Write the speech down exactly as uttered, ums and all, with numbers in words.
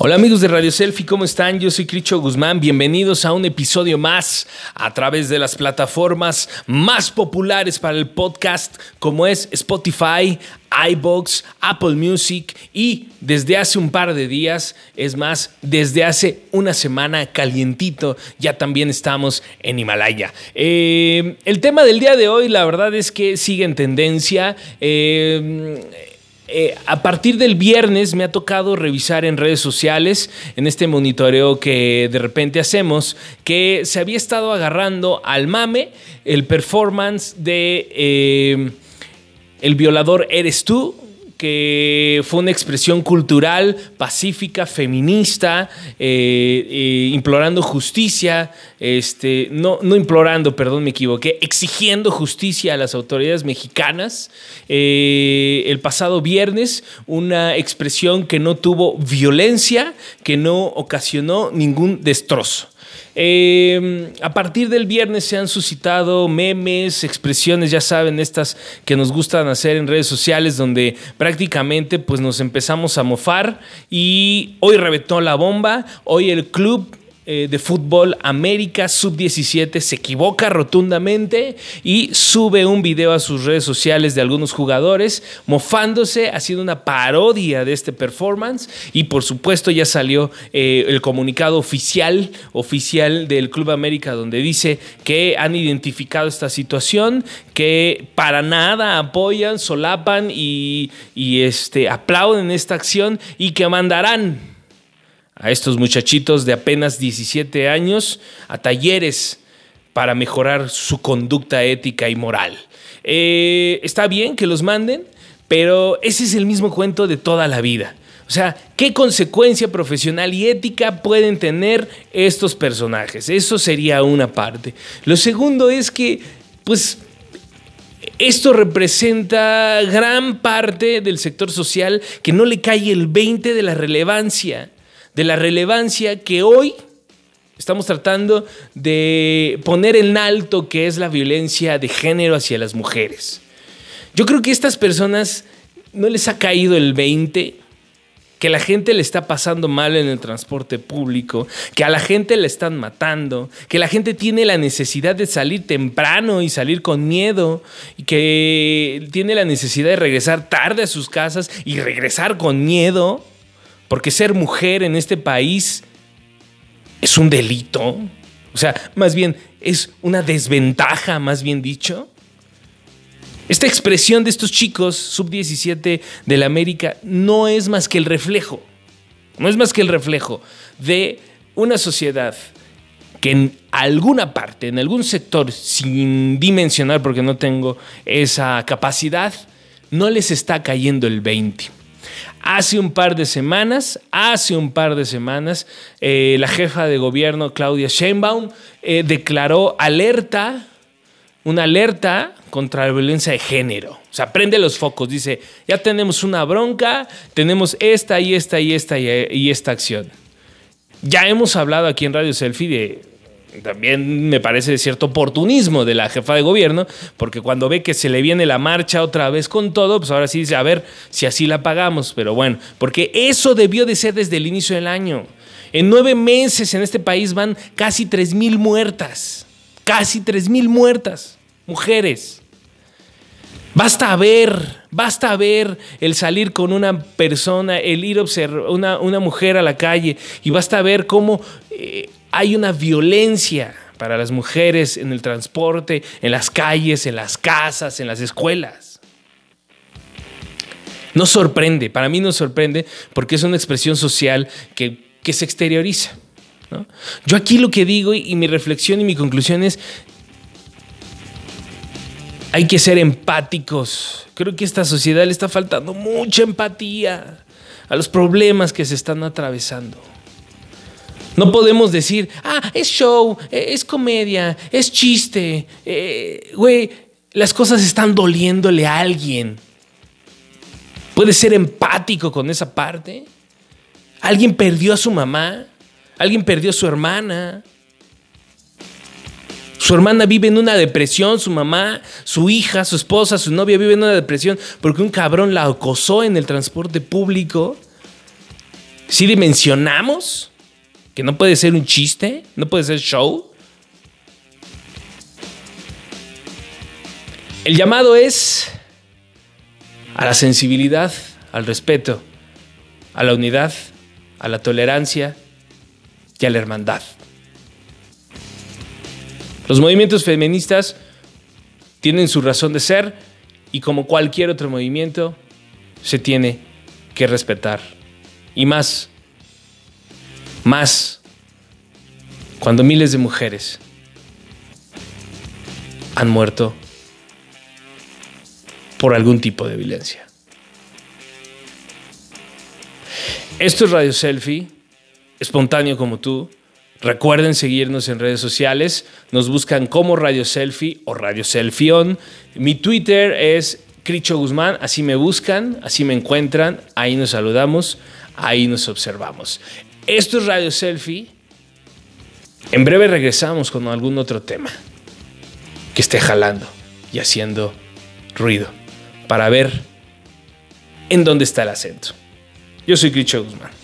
Hola amigos de Radio Selfie, ¿cómo están? Yo soy Cricho Guzmán, bienvenidos a un episodio más a través de las plataformas más populares para el podcast como es Spotify, iVoox, Apple Music y desde hace un par de días, es más, desde hace una semana calientito, ya también estamos en Himalaya. Eh, el tema del día de hoy, la verdad es que sigue en tendencia. Eh, Eh, a partir del viernes me ha tocado revisar en redes sociales, en este monitoreo que de repente hacemos, que se había estado agarrando al mame el performance de eh, El violador eres tú, que fue una expresión cultural, pacífica, feminista, eh, eh, implorando justicia, este, no, no implorando, perdón, me equivoqué, exigiendo justicia a las autoridades mexicanas. Eh, el pasado viernes, una expresión que no tuvo violencia, que no ocasionó ningún destrozo. Eh, a partir del viernes se han suscitado memes, expresiones, ya saben, estas que nos gustan hacer en redes sociales, donde prácticamente pues, nos empezamos a mofar. Y hoy reventó la bomba. Hoy el club eh, de fútbol América sub diecisiete se equivoca rotundamente y sube un video a sus redes sociales de algunos jugadores mofándose, haciendo una parodia de este performance. Y por supuesto ya salió eh, el comunicado oficial, oficial del Club América, donde dice que han identificado esta situación, que para nada apoyan, solapan y, y este, aplauden esta acción y que mandarán a estos muchachitos de apenas diecisiete años a talleres para mejorar su conducta ética y moral. Eh, está bien que los manden, pero ese es el mismo cuento de toda la vida. O sea, ¿qué consecuencia profesional y ética pueden tener estos personajes? Eso sería una parte. Lo segundo es que, pues, esto representa gran parte del sector social que no le cae el veinte de la relevancia, de la relevancia que hoy estamos tratando de poner en alto, que es la violencia de género hacia las mujeres. Yo creo que a estas personas no les ha caído el veinte, que la gente le está pasando mal en el transporte público, que a la gente le están matando, que la gente tiene la necesidad de salir temprano y salir con miedo, y que tiene la necesidad de regresar tarde a sus casas y regresar con miedo, porque ser mujer en este país es un delito. O sea, más bien es una desventaja, más bien dicho. Esta expresión de estos chicos sub diecisiete de la América no es más que el reflejo, no es más que el reflejo de una sociedad que en alguna parte, en algún sector, sin dimensionar porque no tengo esa capacidad, no les está cayendo el veinte. Hace un par de semanas, hace un par de semanas, eh, la jefa de gobierno, Claudia Sheinbaum, eh, declaró alerta, una alerta contra la violencia de género. O sea, prende los focos, dice, ya tenemos una bronca, tenemos esta y esta y esta y esta acción. Ya hemos hablado aquí en Radio Selfie de, también me parece de cierto oportunismo de la jefa de gobierno, porque cuando ve que se le viene la marcha otra vez con todo, pues ahora sí dice, a ver si así la pagamos. Pero bueno, porque eso debió de ser desde el inicio del año. En nueve meses en este país van casi tres mil muertas, casi tres mil muertas, mujeres. Basta ver, basta ver el salir con una persona, el ir a observar una, una mujer a la calle, y basta ver cómo eh, hay una violencia para las mujeres en el transporte, en las calles, en las casas, en las escuelas. No sorprende, para mí no sorprende, porque es una expresión social que, que se exterioriza, ¿no? Yo aquí lo que digo y, y mi reflexión y mi conclusión es: hay que ser empáticos. Creo que a esta sociedad le está faltando mucha empatía a los problemas que se están atravesando. No podemos decir, ah, es show, es comedia, es chiste. Eh, güey, las cosas están doliéndole a alguien. ¿Puedes ser empático con esa parte? ¿Alguien perdió a su mamá? ¿Alguien perdió a su hermana? Su hermana vive en una depresión, su mamá, su hija, su esposa, su novia vive en una depresión porque un cabrón la acosó en el transporte público. ¿Sí dimensionamos que no puede ser un chiste? ¿No puede ser show? El llamado es a la sensibilidad, al respeto, a la unidad, a la tolerancia y a la hermandad. Los movimientos feministas tienen su razón de ser y como cualquier otro movimiento se tiene que respetar. Y más, más cuando miles de mujeres han muerto por algún tipo de violencia. Esto es Radio Selfie, espontáneo como tú. Recuerden seguirnos en redes sociales. Nos buscan como Radio Selfie o Radio Selfion. Mi Twitter es Cricho Guzmán. Así me buscan, así me encuentran. Ahí nos saludamos, ahí nos observamos. Esto es Radio Selfie. En breve regresamos con algún otro tema que esté jalando y haciendo ruido para ver en dónde está el acento. Yo soy Cricho Guzmán.